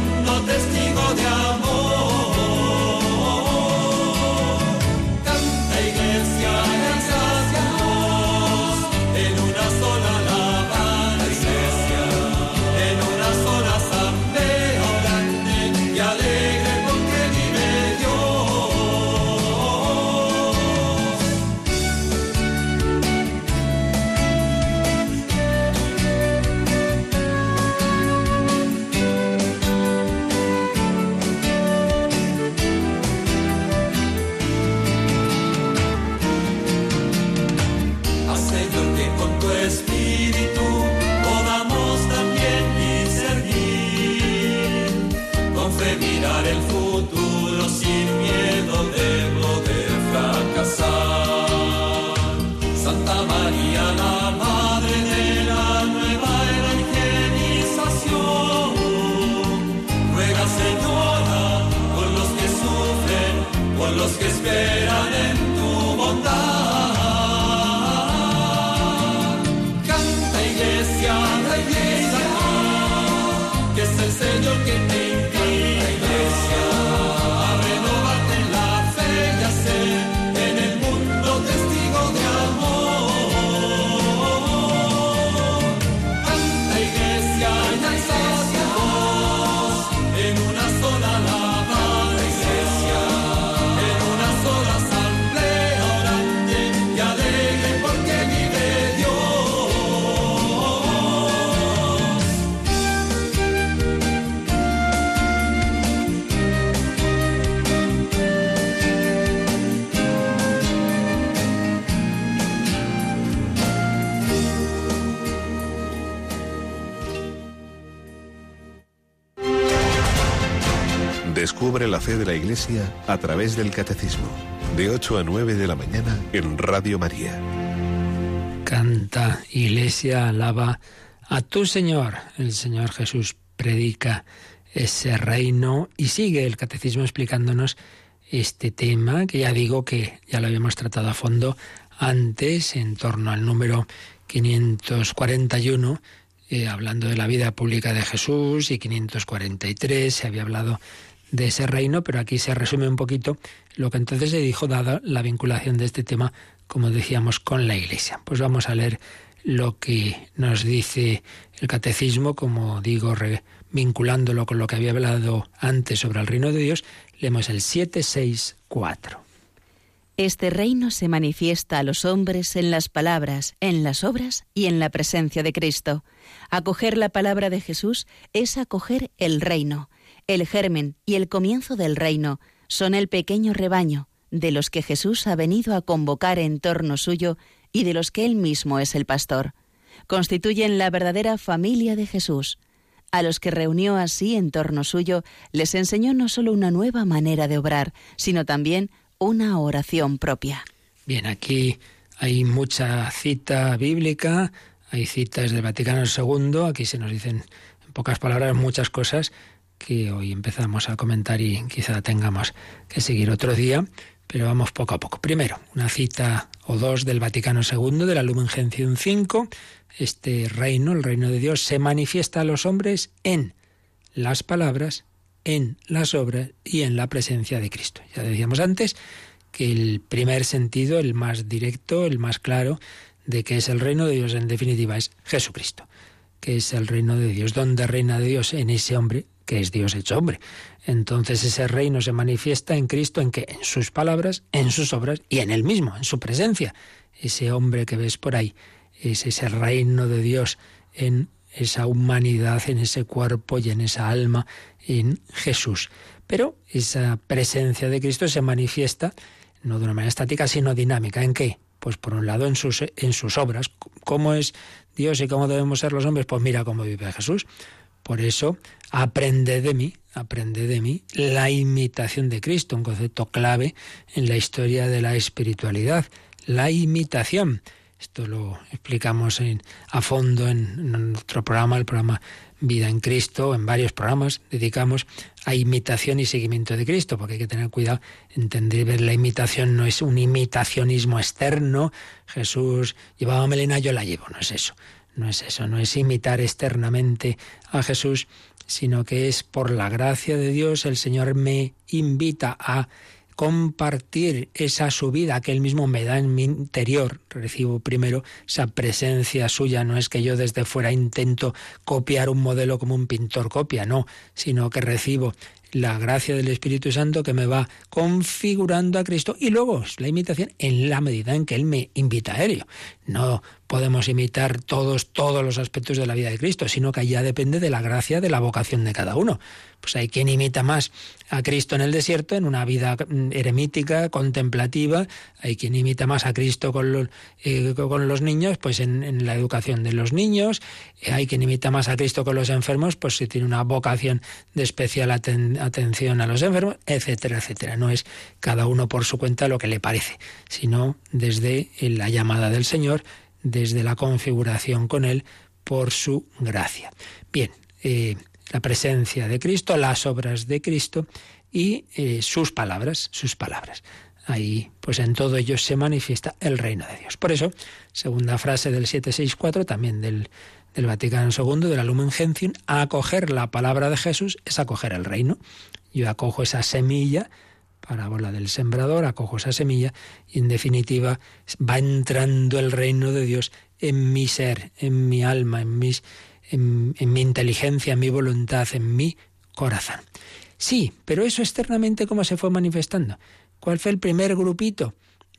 Testigo de amor, canta por los que esperan en tu bondad. Canta iglesia, la iglesia, que es el sello que te inclina, iglesia, a renovarte en la fe y a ser en el mundo testigo de amor. Canta iglesia, y alza tu voz en una sola alabanza, iglesia, en una sola asamblea orante y alegre porque vive Dios. Descubre la fe de la Iglesia a través del Catecismo, de ocho a nueve de la mañana en Radio María. Canta, iglesia, alaba a tu Señor. El Señor Jesús predica ese reino y sigue el Catecismo explicándonos este tema, que ya digo que ya lo habíamos tratado a fondo antes, en torno al número quinientos cuarenta y uno, eh, hablando de la vida pública de Jesús, y quinientos cuarenta y tres se había hablado de ese reino, pero aquí se resume un poquito lo que entonces se dijo, dada la vinculación de este tema, como decíamos, con la Iglesia. Pues vamos a leer lo que nos dice el Catecismo, como digo, re, vinculándolo con lo que había hablado antes sobre el reino de Dios. Leemos el siete seis cuatro. Este reino se manifiesta a los hombres en las palabras, en las obras y en la presencia de Cristo. Acoger la palabra de Jesús es acoger el reino. El germen y el comienzo del reino son el pequeño rebaño de los que Jesús ha venido a convocar en torno suyo y de los que Él mismo es el pastor. Constituyen la verdadera familia de Jesús. A los que reunió así en torno suyo, les enseñó no solo una nueva manera de obrar, sino también una oración propia. Bien, aquí hay mucha cita bíblica, hay citas del Vaticano segundo, aquí se nos dicen en pocas palabras muchas cosas que hoy empezamos a comentar y quizá tengamos que seguir otro día, pero vamos poco a poco. Primero, una cita o dos del Vaticano segundo, de la Lumen Gentium cinco. Este reino, el reino de Dios, se manifiesta a los hombres en las palabras, en las obras y en la presencia de Cristo. Ya decíamos antes que el primer sentido, el más directo, el más claro de que es el reino de Dios, en definitiva, es Jesucristo, que es el reino de Dios. ¿Dónde reina de Dios? En ese hombre que es Dios hecho hombre. Entonces ese reino se manifiesta en Cristo, ¿en qué? En sus palabras, en sus obras y en Él mismo, en su presencia. Ese hombre que ves por ahí es ese reino de Dios en esa humanidad, en ese cuerpo y en esa alma, en Jesús. Pero esa presencia de Cristo se manifiesta no de una manera estática, sino dinámica. ¿En qué? Pues por un lado en sus, en sus obras. ¿Cómo es Dios y cómo debemos ser los hombres? Pues mira cómo vive Jesús. Por eso, aprende de mí, aprende de mí la imitación de Cristo, un concepto clave en la historia de la espiritualidad, la imitación. Esto lo explicamos en, a fondo en, en otro programa, el programa Vida en Cristo. En varios programas dedicamos a imitación y seguimiento de Cristo, porque hay que tener cuidado, entender, ver la imitación no es un imitacionismo externo. Jesús llevaba melena, yo la llevo, no es eso. No es eso, no es imitar externamente a Jesús, sino que es por la gracia de Dios el Señor me invita a compartir esa subida que Él mismo me da en mi interior. Recibo primero esa presencia suya, no es que yo desde fuera intento copiar un modelo como un pintor copia, no, sino que recibo la gracia del Espíritu Santo que me va configurando a Cristo, y luego la imitación en la medida en que Él me invita a ello. No podemos imitar todos, todos los aspectos de la vida de Cristo, sino que ya depende de la gracia, de la vocación de cada uno. Pues hay quien imita más a Cristo en el desierto, en una vida eremítica, contemplativa. Hay quien imita más a Cristo con los, eh, con los niños, pues en, en la educación de los niños. Eh, hay quien imita más a Cristo con los enfermos, pues si tiene una vocación de especial aten- atención a los enfermos, etcétera, etcétera. No es cada uno por su cuenta lo que le parece, sino desde la llamada del Señor, desde la configuración con Él por su gracia. Bien, eh, la presencia de Cristo, las obras de Cristo y eh, sus palabras, sus palabras. Ahí, pues en todo ello se manifiesta el reino de Dios. Por eso, segunda frase del setecientos sesenta y cuatro, también del, del Vaticano segundo, de la Lumen Gentium, acoger la palabra de Jesús es acoger el reino. Yo acojo esa semilla, parábola del sembrador, acojo esa semilla y en definitiva va entrando el reino de Dios en mi ser, en mi alma, en, mis, en, en mi inteligencia, en mi voluntad, en mi corazón. Sí, pero eso externamente, ¿cómo se fue manifestando? ¿Cuál fue el primer grupito?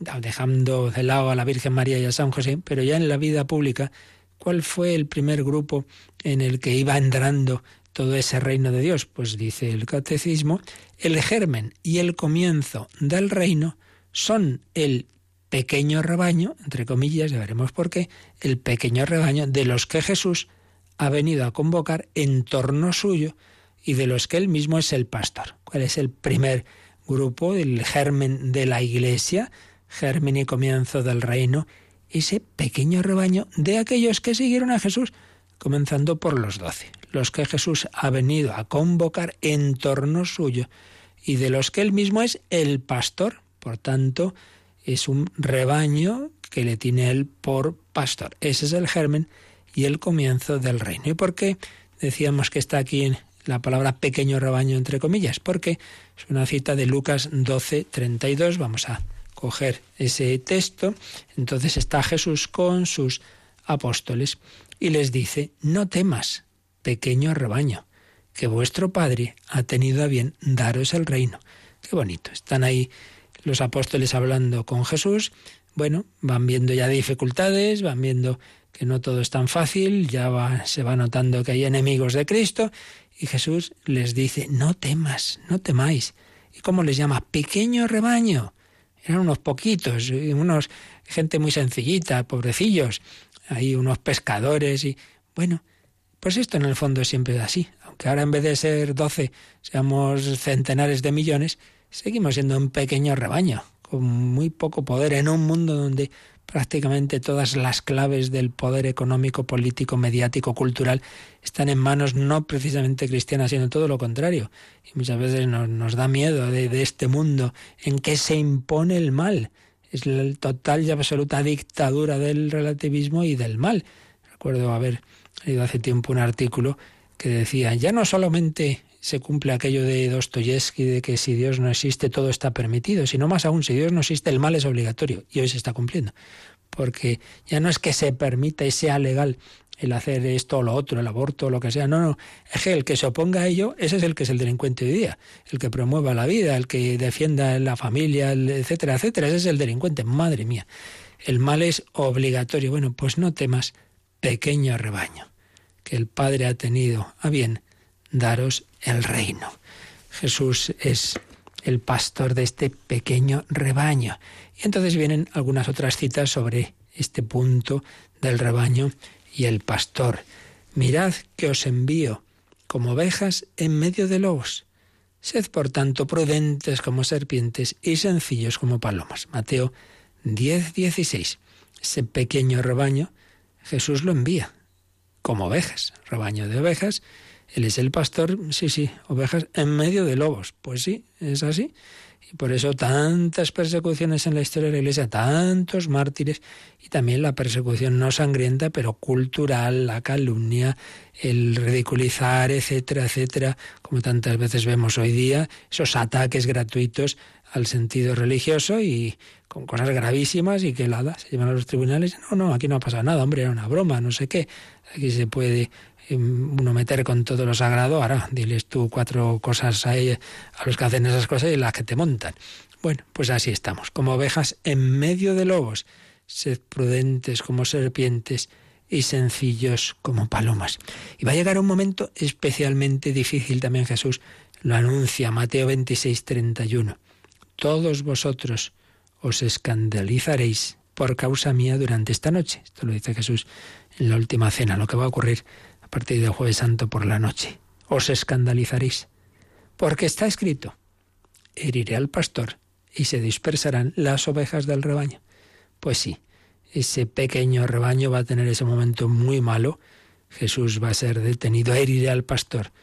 Dejando de lado a la Virgen María y a San José, pero ya en la vida pública, ¿cuál fue el primer grupo en el que iba entrando todo ese reino de Dios? Pues dice el catecismo, el germen y el comienzo del reino son el pequeño rebaño, entre comillas, ya veremos por qué, el pequeño rebaño de los que Jesús ha venido a convocar en torno suyo y de los que él mismo es el pastor. ¿Cuál es el primer grupo, el germen de la Iglesia, germen y comienzo del reino? Ese pequeño rebaño de aquellos que siguieron a Jesús, comenzando por los doce, los que Jesús ha venido a convocar en torno suyo y de los que él mismo es el pastor. Por tanto, es un rebaño que le tiene él por pastor. Ese es el germen y el comienzo del reino. ¿Y por qué decíamos que está aquí en la palabra pequeño rebaño entre comillas? Porque es una cita de Lucas doce, treinta y dos. Vamos a coger ese texto. Entonces está Jesús con sus apóstoles y les dice, no temas, pequeño rebaño, que vuestro Padre ha tenido a bien daros el reino. Qué bonito. Están ahí los apóstoles hablando con Jesús. Bueno, van viendo ya dificultades, van viendo que no todo es tan fácil, ya va, se va notando que hay enemigos de Cristo. Y Jesús les dice, no temas, no temáis. ¿Y cómo les llama? Pequeño rebaño. Eran unos poquitos, unos gente muy sencillita, pobrecillos. Hay unos pescadores y... Bueno, pues esto en el fondo siempre es así. Aunque ahora en vez de ser doce, seamos centenares de millones, seguimos siendo un pequeño rebaño, con muy poco poder, en un mundo donde prácticamente todas las claves del poder económico, político, mediático, cultural están en manos no precisamente cristianas, sino todo lo contrario. Y muchas veces nos, nos da miedo de, de este mundo en que se impone el mal. Es la total y absoluta dictadura del relativismo y del mal. Recuerdo haber leído hace tiempo un artículo que decía, ya no solamente se cumple aquello de Dostoyevsky de que si Dios no existe todo está permitido, sino más aún, si Dios no existe el mal es obligatorio, y hoy se está cumpliendo, porque ya no es que se permita y sea legal el hacer esto o lo otro, el aborto o lo que sea, no, no, es que el que se oponga a ello, ese es el que es el delincuente hoy día, el que promueva la vida, el que defienda la familia, etcétera, etcétera, ese es el delincuente, madre mía, el mal es obligatorio. Bueno, pues no temas, pequeño rebaño, que el Padre ha tenido a bien daros el reino. Jesús es el pastor de este pequeño rebaño. Y entonces vienen algunas otras citas sobre este punto del rebaño y el pastor. Mirad que os envío como ovejas en medio de lobos. Sed por tanto prudentes como serpientes y sencillos como palomas. Mateo diez, dieciséis. Ese pequeño rebaño Jesús lo envía como ovejas, rebaño de ovejas. Él es el pastor, sí, sí, ovejas en medio de lobos. Pues sí, es así. Y por eso tantas persecuciones en la historia de la Iglesia, tantos mártires, y también la persecución no sangrienta, pero cultural, la calumnia, el ridiculizar, etcétera, etcétera, como tantas veces vemos hoy día, esos ataques gratuitos al sentido religioso y con cosas gravísimas y que nada, se llevan a los tribunales. No, no, aquí no ha pasado nada, hombre, era una broma, no sé qué. Aquí se puede uno meter con todo lo sagrado, ahora diles tú cuatro cosas a, ella, a los que hacen esas cosas y las que te montan. Bueno, pues así estamos, como ovejas en medio de lobos, sed prudentes como serpientes y sencillos como palomas. Y va a llegar un momento especialmente difícil también. Jesús lo anuncia, Mateo veintiséis, treinta y uno. Todos vosotros os escandalizaréis por causa mía durante esta noche. Esto lo dice Jesús en la última cena, lo que va a ocurrir a partir del Jueves Santo por la noche. Os escandalizaréis, porque está escrito, heriré al pastor y se dispersarán las ovejas del rebaño. Pues sí, ese pequeño rebaño va a tener ese momento muy malo. Jesús va a ser detenido, heriré al pastor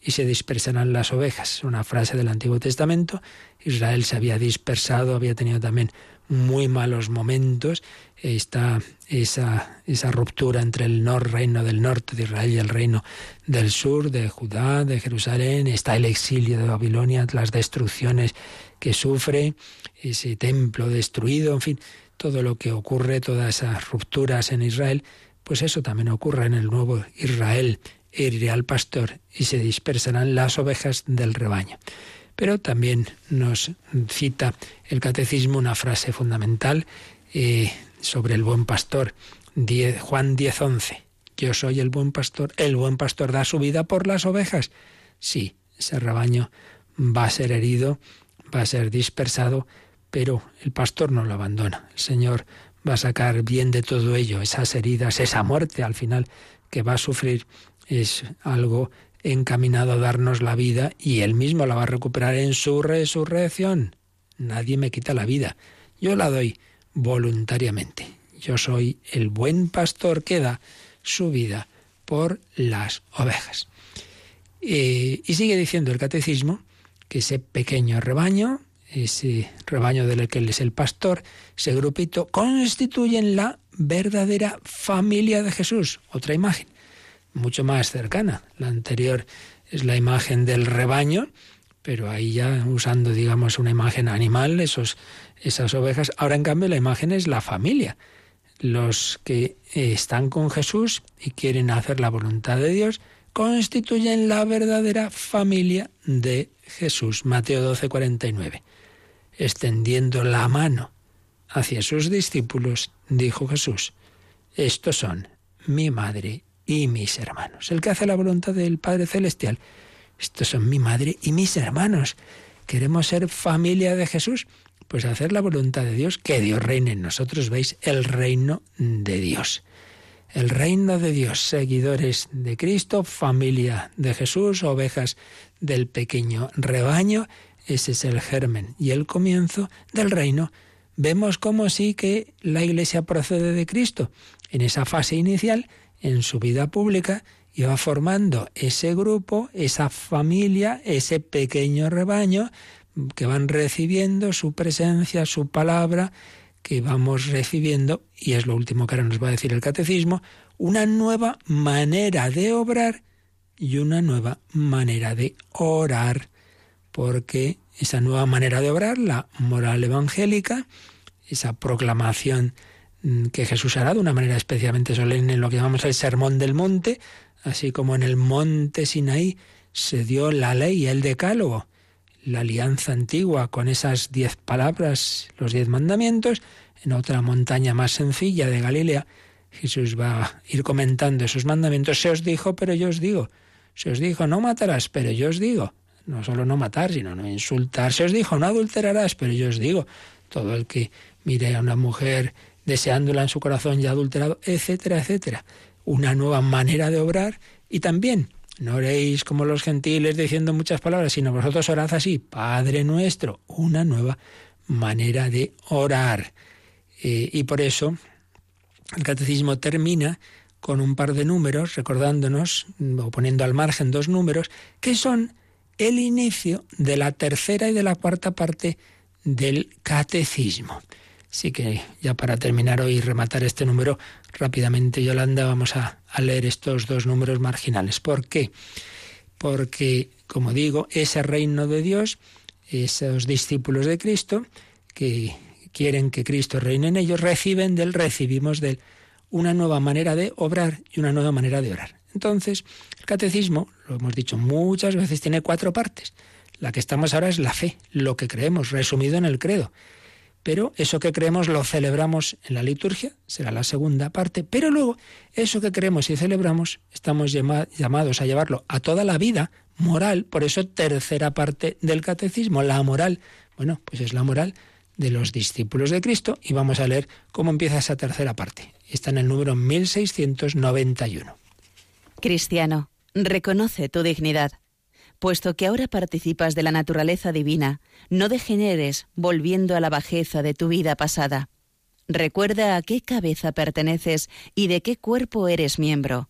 y se dispersarán las ovejas. Una frase del Antiguo Testamento. Israel se había dispersado, había tenido también muy malos momentos. Está esa, esa ruptura entre el nor, reino del norte de Israel y el reino del sur, de Judá, de Jerusalén. Está el exilio de Babilonia, las destrucciones que sufre, ese templo destruido, en fin, todo lo que ocurre, todas esas rupturas en Israel, pues eso también ocurre en el nuevo Israel. Heriré al pastor y se dispersarán las ovejas del rebaño. Pero también nos cita el Catecismo una frase fundamental eh, sobre el buen pastor, diez, Juan diez once. Yo soy el buen pastor, el buen pastor da su vida por las ovejas. Sí, ese rebaño va a ser herido, va a ser dispersado, pero el pastor no lo abandona. El Señor va a sacar bien de todo ello, esas heridas, esa muerte al final que va a sufrir es algo encaminado a darnos la vida y Él mismo la va a recuperar en su resurrección. Nadie me quita la vida, yo la doy voluntariamente. Yo soy el buen pastor que da su vida por las ovejas. Eh, y sigue diciendo el Catecismo que ese pequeño rebaño, ese rebaño del que Él es el pastor, ese grupito, constituyen la verdadera familia de Jesús. Otra imagen mucho más cercana. La anterior es la imagen del rebaño, pero ahí ya usando, digamos, una imagen animal, esos, esas ovejas. Ahora, en cambio, la imagen es la familia. Los que están con Jesús y quieren hacer la voluntad de Dios constituyen la verdadera familia de Jesús. Mateo doce, cuarenta y nueve. Extendiendo la mano hacia sus discípulos, dijo Jesús: estos son mi madre y mis hermanos. El que hace la voluntad del Padre Celestial. Estos son mi madre y mis hermanos. ¿Queremos ser familia de Jesús? Pues hacer la voluntad de Dios, que Dios reine en nosotros. ¿Veis? El reino de Dios. El reino de Dios, seguidores de Cristo, familia de Jesús, ovejas del pequeño rebaño. Ese es el germen y el comienzo del reino. Vemos cómo sí que la Iglesia procede de Cristo. En esa fase inicial, en su vida pública, iba formando ese grupo, esa familia, ese pequeño rebaño que van recibiendo su presencia, su palabra, que vamos recibiendo, y es lo último que ahora nos va a decir el Catecismo, una nueva manera de obrar y una nueva manera de orar, porque esa nueva manera de obrar, la moral evangélica, esa proclamación que Jesús hará de una manera especialmente solemne en lo que llamamos el Sermón del Monte, así como en el monte Sinaí se dio la ley y el decálogo, la alianza antigua con esas diez palabras, los diez mandamientos. En otra montaña más sencilla de Galilea, Jesús va a ir comentando esos mandamientos. Se os dijo, pero yo os digo. Se os dijo, no matarás, pero yo os digo. No solo no matar, sino no insultar. Se os dijo, no adulterarás, pero yo os digo. Todo el que mire a una mujer deseándola en su corazón ya adulterado, etcétera, etcétera. Una nueva manera de obrar. Y también, no oréis como los gentiles diciendo muchas palabras, sino vosotros orad así, Padre nuestro. Una nueva manera de orar. Eh, y por eso el Catecismo termina con un par de números, recordándonos, o poniendo al margen dos números, que son el inicio de la tercera y de la cuarta parte del Catecismo. Así que ya para terminar hoy y rematar este número rápidamente, Yolanda, vamos a, a leer estos dos números marginales. ¿Por qué? Porque, como digo, ese reino de Dios, esos discípulos de Cristo que quieren que Cristo reine en ellos, reciben de Él, recibimos de Él una nueva manera de obrar y una nueva manera de orar. Entonces, el Catecismo, lo hemos dicho muchas veces, tiene cuatro partes. La que estamos ahora es la fe, lo que creemos, resumido en el credo. Pero eso que creemos lo celebramos en la liturgia, será la segunda parte, pero luego eso que creemos y celebramos estamos llama, llamados a llevarlo a toda la vida moral, por eso tercera parte del Catecismo, la moral. Bueno, pues es la moral de los discípulos de Cristo y vamos a leer cómo empieza esa tercera parte. Está en el número mil seiscientos noventa y uno. Cristiano, reconoce tu dignidad. Puesto que ahora participas de la naturaleza divina, no degeneres volviendo a la bajeza de tu vida pasada. Recuerda a qué cabeza perteneces y de qué cuerpo eres miembro.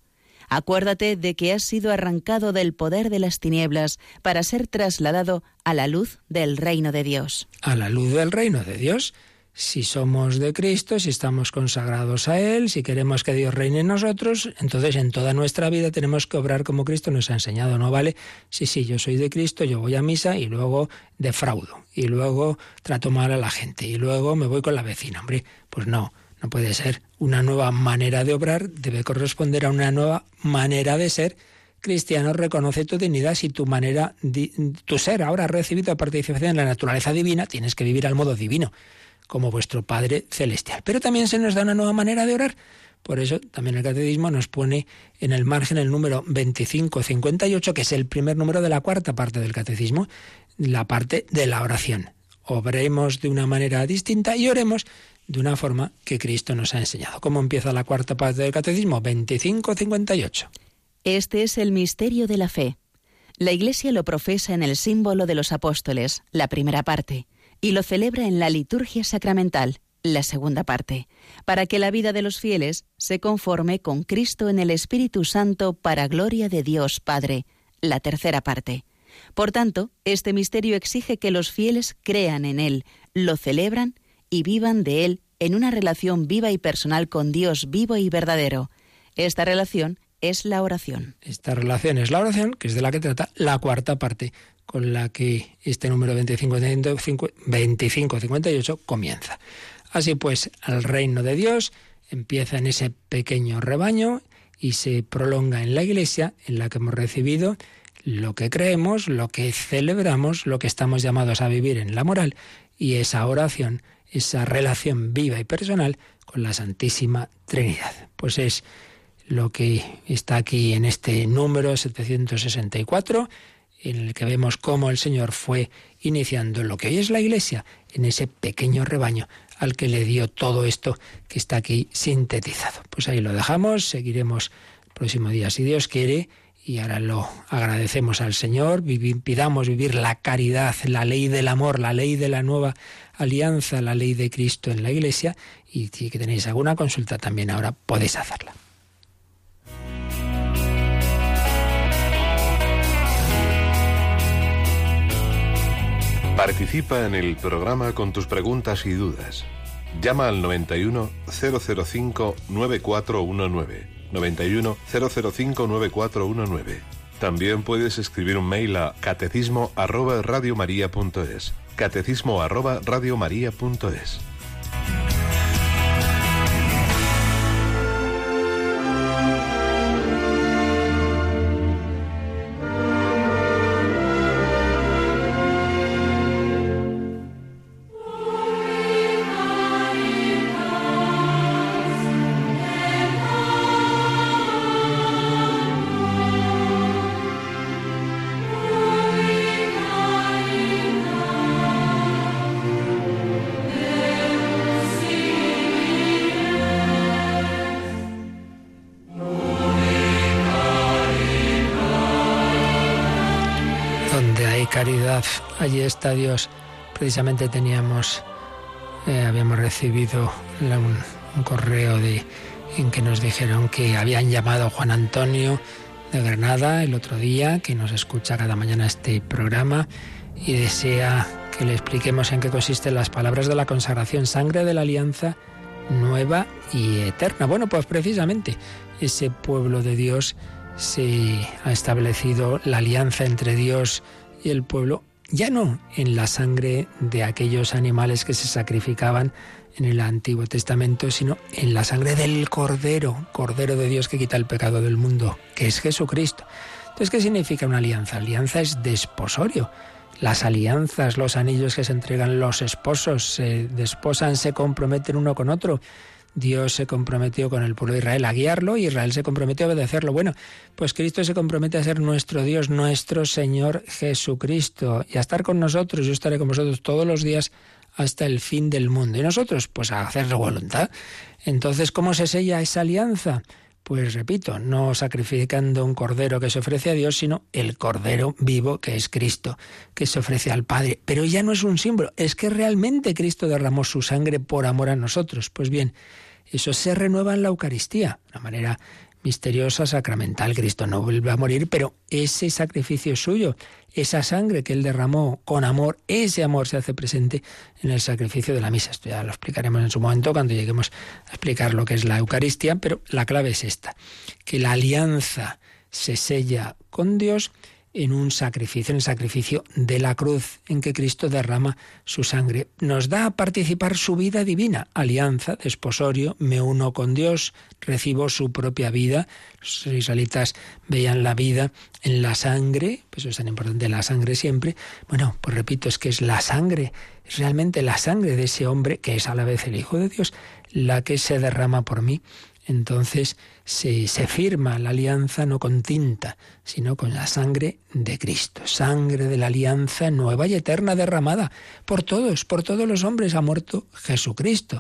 Acuérdate de que has sido arrancado del poder de las tinieblas para ser trasladado a la luz del reino de Dios. A la luz del reino de Dios. Si somos de Cristo, si estamos consagrados a Él, si queremos que Dios reine en nosotros, entonces en toda nuestra vida tenemos que obrar como Cristo nos ha enseñado. No vale, sí, sí, yo soy de Cristo, yo voy a misa y luego defraudo, y luego trato mal a la gente, y luego me voy con la vecina. Hombre, pues no, no puede ser. Una nueva manera de obrar debe corresponder a una nueva manera de ser. Cristiano, reconoce tu dignidad. Si tu manera, tu ser ahora ha recibido participación en la naturaleza divina, tienes que vivir al modo divino, como vuestro Padre Celestial. Pero también se nos da una nueva manera de orar. Por eso también el Catecismo nos pone en el margen el número veinticinco cincuenta y ocho, que es el primer número de la cuarta parte del Catecismo, la parte de la oración. Obremos de una manera distinta y oremos de una forma que Cristo nos ha enseñado. ¿Cómo empieza la cuarta parte del Catecismo? veinticinco cincuenta y ocho. Este es el misterio de la fe. La Iglesia lo profesa en el símbolo de los apóstoles, la primera parte, y lo celebra en la liturgia sacramental, la segunda parte, para que la vida de los fieles se conforme con Cristo en el Espíritu Santo para gloria de Dios Padre, la tercera parte. Por tanto, este misterio exige que los fieles crean en Él, lo celebran y vivan de Él en una relación viva y personal con Dios vivo y verdadero. Esta relación es la oración. Esta relación es la oración, que es de la que trata la cuarta parte, con la que este número veinticinco cincuenta y ocho comienza. Así pues, el reino de Dios empieza en ese pequeño rebaño y se prolonga en la Iglesia, en la que hemos recibido lo que creemos, lo que celebramos, lo que estamos llamados a vivir en la moral, y esa oración, esa relación viva y personal con la Santísima Trinidad. Pues es lo que está aquí en este número setecientos sesenta y cuatro, en el que vemos cómo el Señor fue iniciando lo que hoy es la Iglesia, en ese pequeño rebaño al que le dio todo esto que está aquí sintetizado. Pues ahí lo dejamos, seguiremos el próximo día si Dios quiere, y ahora lo agradecemos al Señor, vivir, pidamos vivir la caridad, la ley del amor, la ley de la nueva alianza, la ley de Cristo en la Iglesia, y si tenéis alguna consulta también ahora podéis hacerla. Participa en el programa con tus preguntas y dudas. Llama al noventa y uno, cero cero cinco, noventa y cuatro diecinueve. noventa y uno, cero cero cinco, noventa y cuatro diecinueve. También puedes escribir un mail a catecismo arroba radiomaria punto es. catecismo arroba radiomaria punto es. Caridad, allí está Dios. Precisamente teníamos, eh, habíamos recibido la, un, un correo de, en que nos dijeron que habían llamado a Juan Antonio de Granada el otro día, que nos escucha cada mañana este programa y desea que le expliquemos en qué consisten las palabras de la consagración, sangre de la alianza nueva y eterna. Bueno, pues precisamente ese pueblo de Dios se ha establecido la alianza entre Dios y el pueblo, ya no en la sangre de aquellos animales que se sacrificaban en el Antiguo Testamento, sino en la sangre del Cordero, Cordero de Dios que quita el pecado del mundo, que es Jesucristo. Entonces, ¿qué significa una alianza? Alianza es desposorio. Las alianzas, los anillos que se entregan los esposos, se desposan, se comprometen uno con otro. Dios se comprometió con el pueblo de Israel a guiarlo y Israel se comprometió a obedecerlo. Bueno, pues Cristo se compromete a ser nuestro Dios, nuestro Señor Jesucristo, y a estar con nosotros. Yo estaré con vosotros todos los días hasta el fin del mundo. Y nosotros, pues a hacer su voluntad. Entonces, ¿cómo se sella esa alianza? Pues repito, no sacrificando un cordero que se ofrece a Dios, sino el cordero vivo que es Cristo, que se ofrece al Padre. Pero ya no es un símbolo, es que realmente Cristo derramó su sangre por amor a nosotros. Pues bien, eso se renueva en la Eucaristía, de una manera misteriosa, sacramental. Cristo no vuelve a morir, pero ese sacrificio suyo, esa sangre que Él derramó con amor, ese amor se hace presente en el sacrificio de la misa. Esto ya lo explicaremos en su momento cuando lleguemos a explicar lo que es la Eucaristía, pero la clave es esta, que la alianza se sella con Dios en un sacrificio, en el sacrificio de la cruz, en que Cristo derrama su sangre. Nos da a participar su vida divina, alianza, desposorio, me uno con Dios, recibo su propia vida. Los israelitas veían la vida en la sangre, pues eso es tan importante, la sangre siempre. Bueno, pues repito, es que es la sangre, es realmente la sangre de ese hombre, que es a la vez el Hijo de Dios, la que se derrama por mí. Entonces se, se firma la alianza no con tinta, sino con la sangre de Cristo, sangre de la alianza nueva y eterna derramada por todos, por todos los hombres. Ha muerto Jesucristo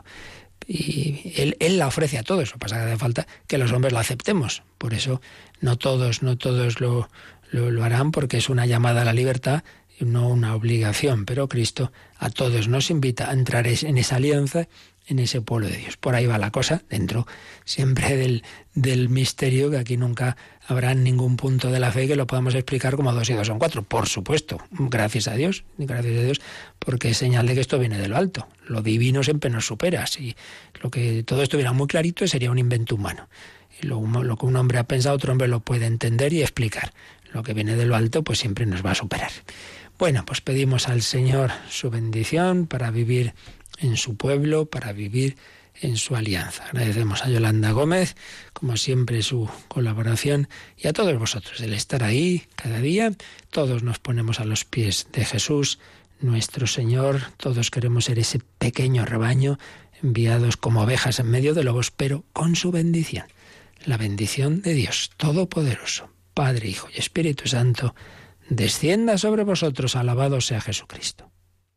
y Él, él la ofrece a todos. Lo que pasa es que hace falta que los hombres la aceptemos. Por eso no todos, no todos lo, lo, lo harán, porque es una llamada a la libertad y no una obligación. Pero Cristo a todos nos invita a entrar en esa alianza, en ese pueblo de Dios. Por ahí va la cosa, dentro siempre del, del misterio, que aquí nunca habrá ningún punto de la fe que lo podamos explicar como dos y dos son cuatro. Por supuesto, gracias a Dios, gracias a Dios, porque es señal de que esto viene de lo alto. Lo divino siempre nos supera. Si lo que todo estuviera muy clarito, sería un invento humano. Y lo, lo que un hombre ha pensado, otro hombre lo puede entender y explicar. Lo que viene de lo alto, pues siempre nos va a superar. Bueno, pues pedimos al Señor su bendición para vivir en su pueblo, para vivir en su alianza. Agradecemos a Yolanda Gómez, como siempre, su colaboración, y a todos vosotros el estar ahí cada día. Todos nos ponemos a los pies de Jesús, nuestro Señor. Todos queremos ser ese pequeño rebaño, enviados como ovejas en medio de lobos, pero con su bendición. La bendición de Dios Todopoderoso, Padre, Hijo y Espíritu Santo, descienda sobre vosotros. Alabado sea Jesucristo.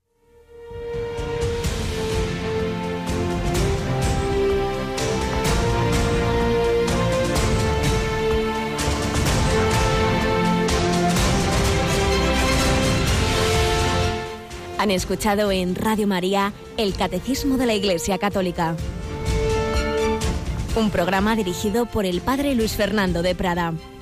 Han escuchado en Radio María el Catecismo de la Iglesia Católica, un programa dirigido por el Padre Luis Fernando de Prada.